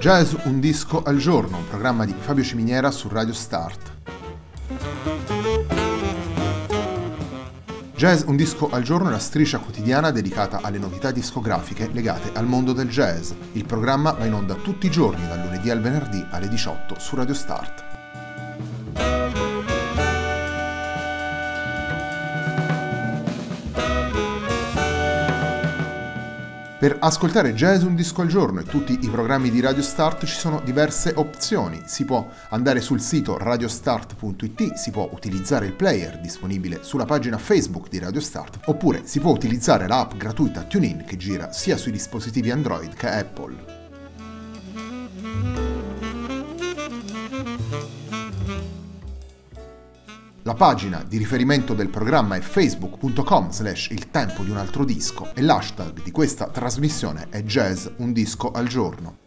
Jazz un disco al giorno, un programma di Fabio Ciminiera su Radio Start. Jazz un disco al giorno è la striscia quotidiana dedicata alle novità discografiche legate al mondo del jazz. Il programma va in onda tutti i giorni, dal lunedì al venerdì alle 18 su Radio Start. Per ascoltare Jazz un disco al giorno e tutti i programmi di Radio Start ci sono diverse opzioni. Si può andare sul sito radiostart.it, si può utilizzare il player disponibile sulla pagina Facebook di Radio Start, oppure si può utilizzare l'app gratuita TuneIn che gira sia sui dispositivi Android che Apple. La pagina di riferimento del programma è facebook.com/il tempo di un altro disco e l'hashtag di questa trasmissione è Jazz un disco al giorno.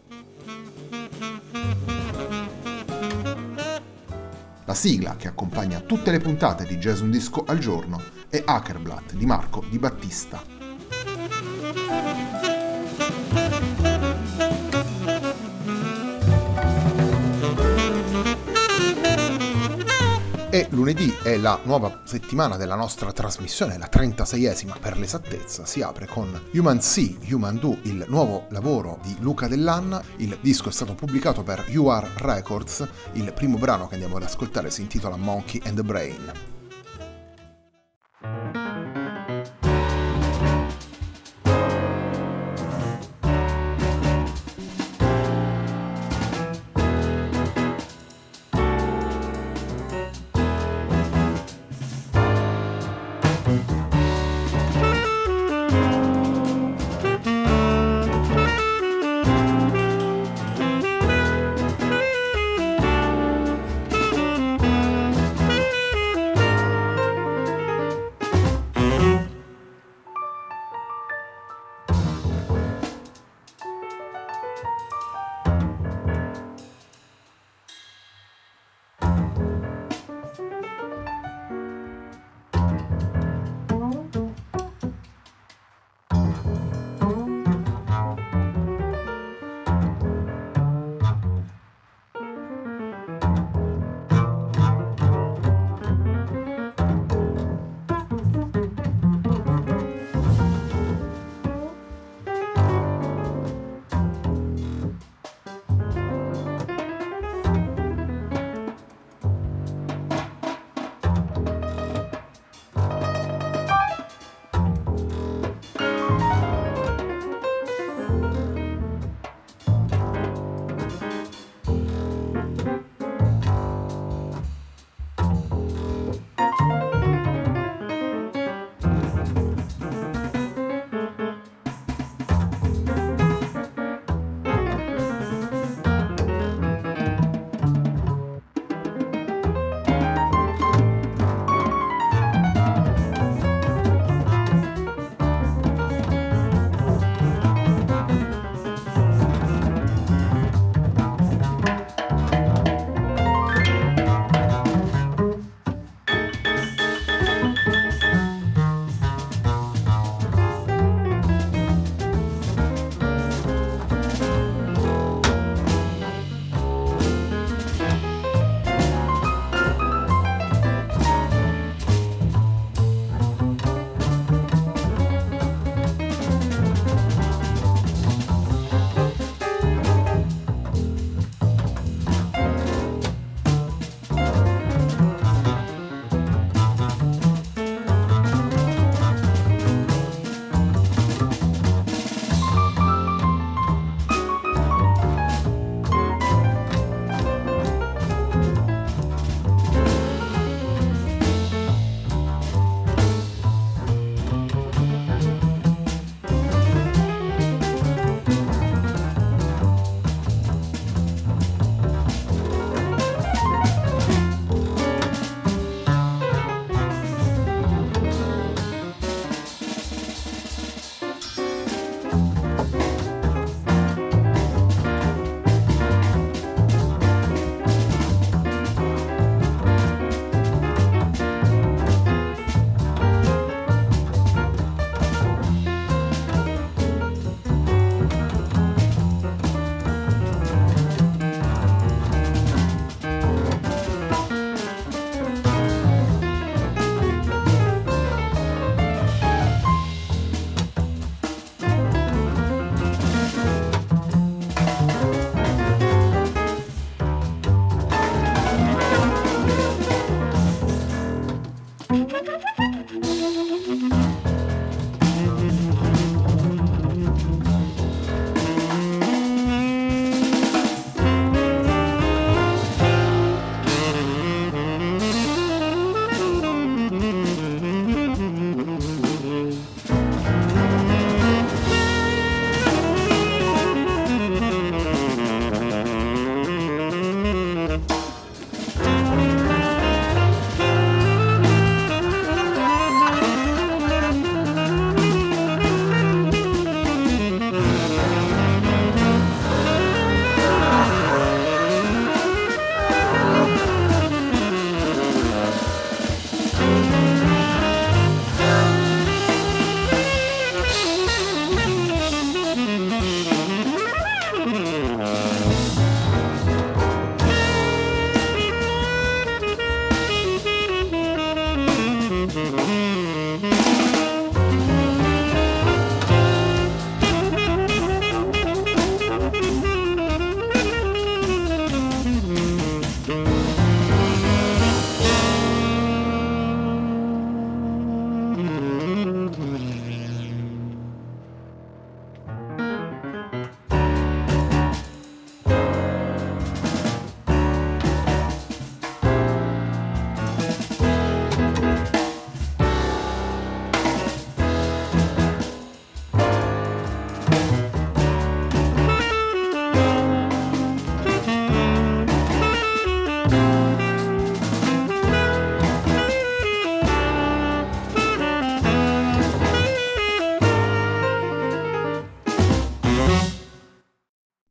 La sigla che accompagna tutte le puntate di Jazz un disco al giorno è Hackerblatt di Marco Di Battista. E lunedì è la nuova settimana della nostra trasmissione, la 36esima per l'esattezza. Si apre con Human See, Human Do, il nuovo lavoro di Luca Dell'Anna. Il disco è stato pubblicato per UR Records. Il primo brano che andiamo ad ascoltare si intitola Monkey and the Brain.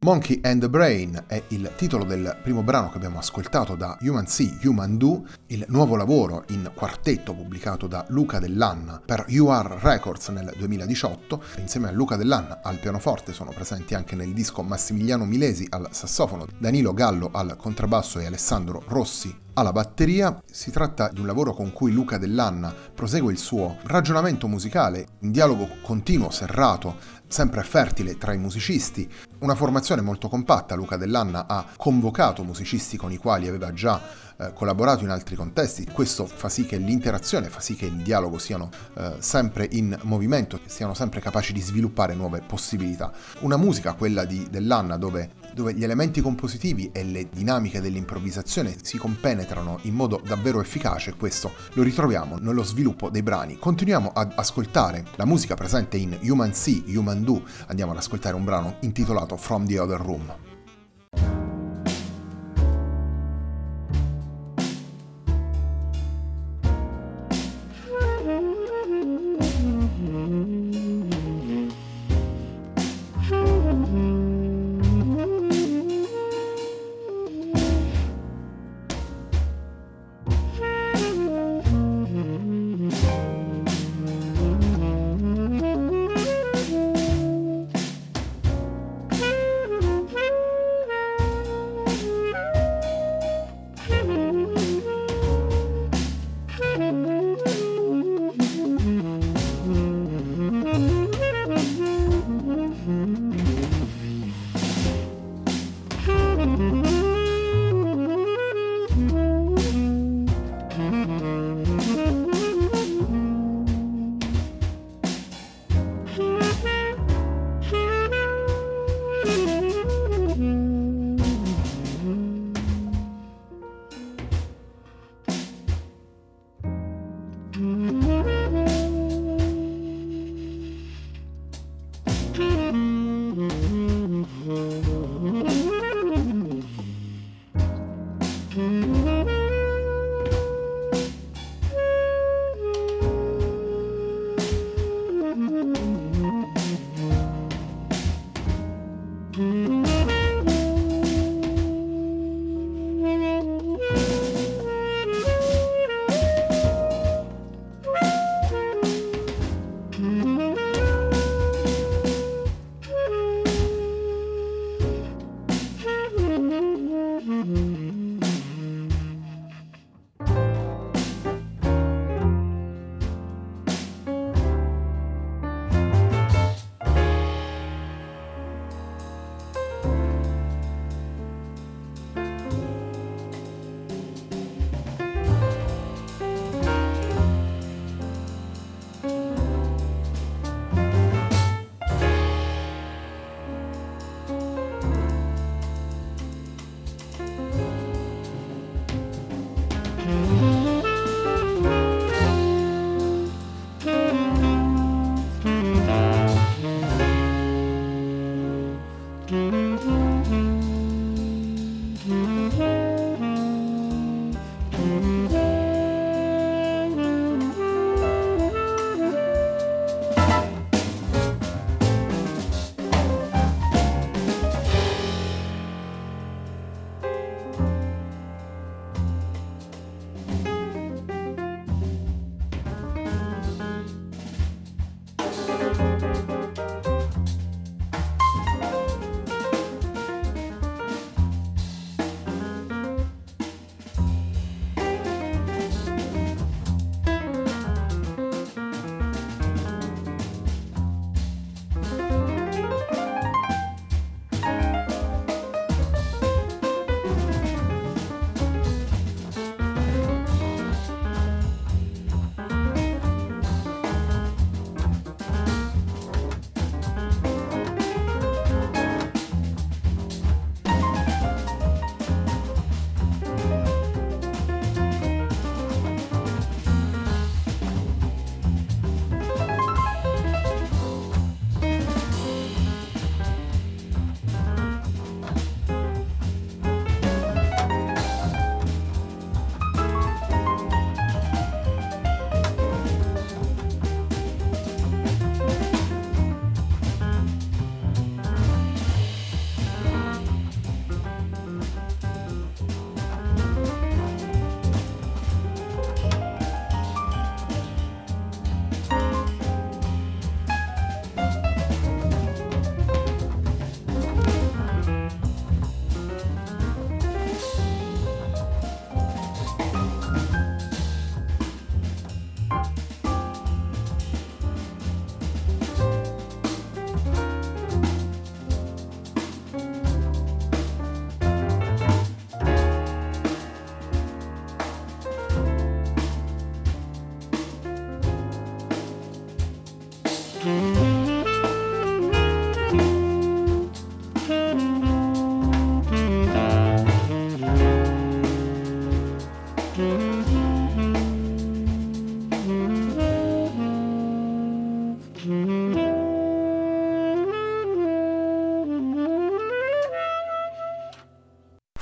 Monkey and the Brain è il titolo del primo brano che abbiamo ascoltato da Human See, Human Do, il nuovo lavoro in quartetto pubblicato da Luca Dell'Anna per UR Records nel 2018. Insieme a Luca Dell'Anna al pianoforte sono presenti anche nel disco Massimiliano Milesi al sassofono, Danilo Gallo al contrabbasso e Alessandro Rossi alla batteria. Si tratta di un lavoro con cui Luca Dell'Anna prosegue il suo ragionamento musicale, un dialogo continuo, serrato, sempre fertile tra i musicisti, una formazione molto compatta. Luca Dell'Anna ha convocato musicisti con i quali aveva già collaborato in altri contesti. Questo fa sì che l'interazione, fa sì che il dialogo siano sempre in movimento, che siano sempre capaci di sviluppare nuove possibilità. Una musica, quella di Dell'Anna, dove gli elementi compositivi e le dinamiche dell'improvvisazione si compenetrano in modo davvero efficace. Questo lo ritroviamo nello sviluppo dei brani. Continuiamo ad ascoltare la musica presente in Human See, Human Do. Andiamo ad ascoltare un brano intitolato From the Other Room.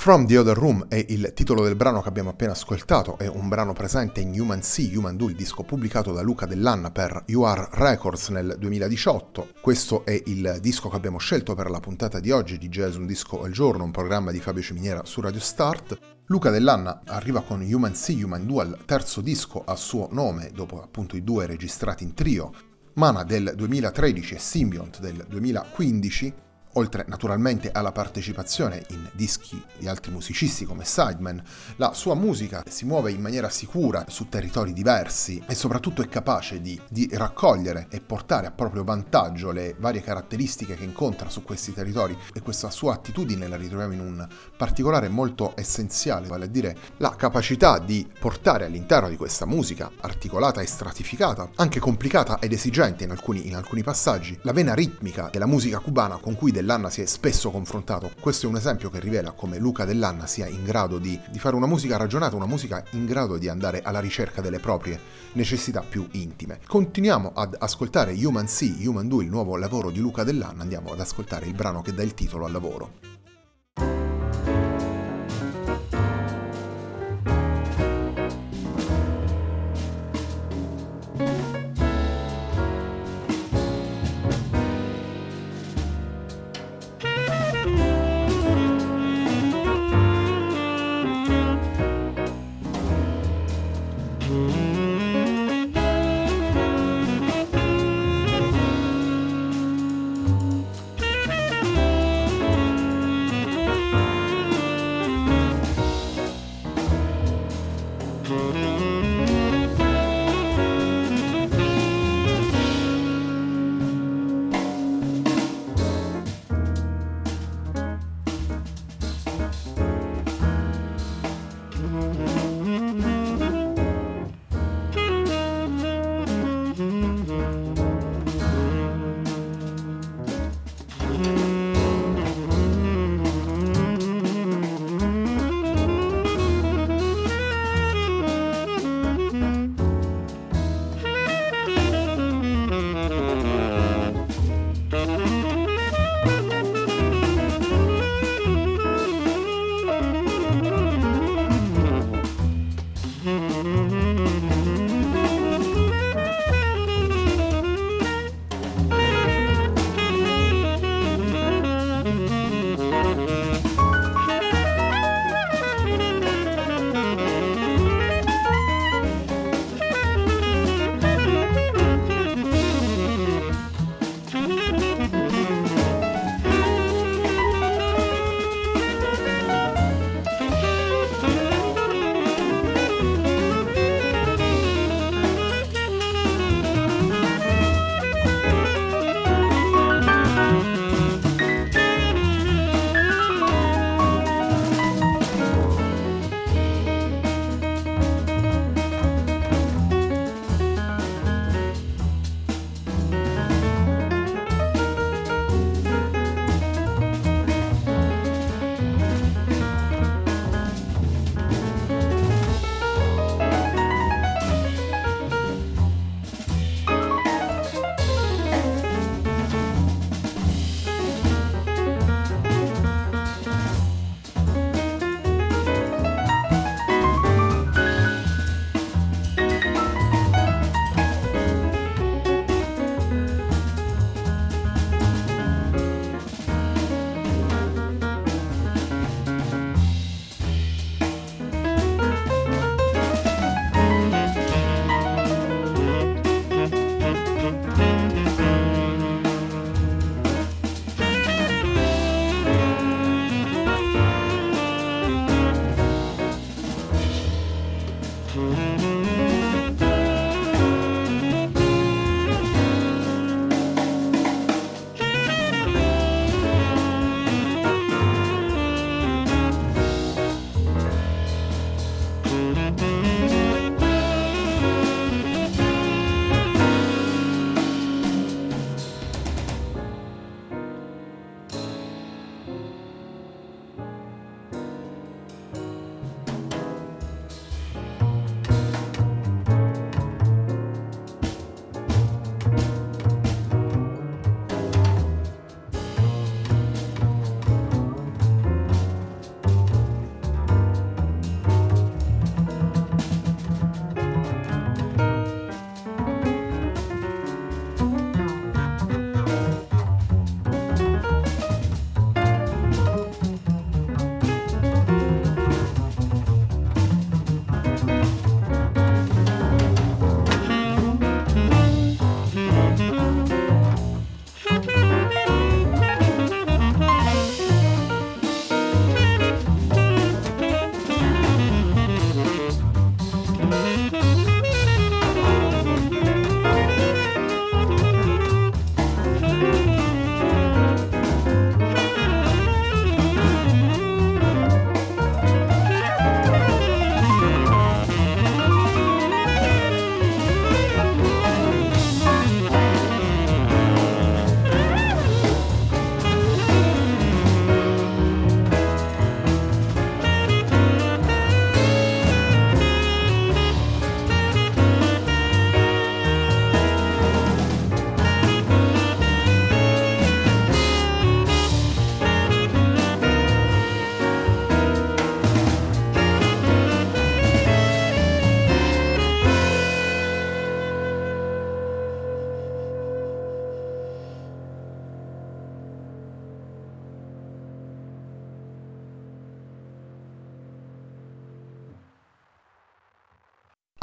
From the Other Room è il titolo del brano che abbiamo appena ascoltato, è un brano presente in Human See, Human Do, il disco pubblicato da Luca Dell'Anna per UR Records nel 2018. Questo è il disco che abbiamo scelto per la puntata di oggi di Jazz Un Disco al Giorno, un programma di Fabio Ciminiera su Radio Start. Luca Dell'Anna arriva con Human See, Human Do al terzo disco a suo nome, dopo appunto i due registrati in trio, Mana del 2013 e Symbiont del 2015, oltre naturalmente alla partecipazione in dischi di altri musicisti come Sidemen. La sua musica si muove in maniera sicura su territori diversi e soprattutto è capace di raccogliere e portare a proprio vantaggio le varie caratteristiche che incontra su questi territori, e questa sua attitudine la ritroviamo in un particolare molto essenziale, vale a dire la capacità di portare all'interno di questa musica articolata e stratificata, anche complicata ed esigente in alcuni passaggi, la vena ritmica della musica cubana con cui Dell'Anna si è spesso confrontato. Questo è un esempio che rivela come Luca Dell'Anna sia in grado di fare una musica ragionata, una musica in grado di andare alla ricerca delle proprie necessità più intime. Continuiamo ad ascoltare Human See, Human Do, il nuovo lavoro di Luca Dell'Anna. Andiamo ad ascoltare il brano che dà il titolo al lavoro.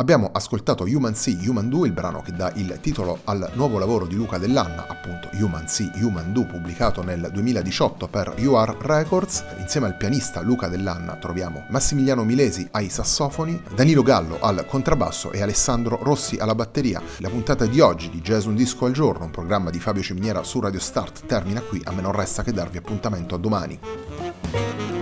Abbiamo ascoltato Human See, Human Do, il brano che dà il titolo al nuovo lavoro di Luca Dell'Anna, appunto Human See, Human Do, pubblicato nel 2018 per UR Records. Insieme al pianista Luca Dell'Anna troviamo Massimiliano Milesi ai sassofoni, Danilo Gallo al contrabbasso e Alessandro Rossi alla batteria. La puntata di oggi di Jazz Un Disco al Giorno, un programma di Fabio Ciminiera su Radio Start, termina qui. A me non resta che darvi appuntamento a domani.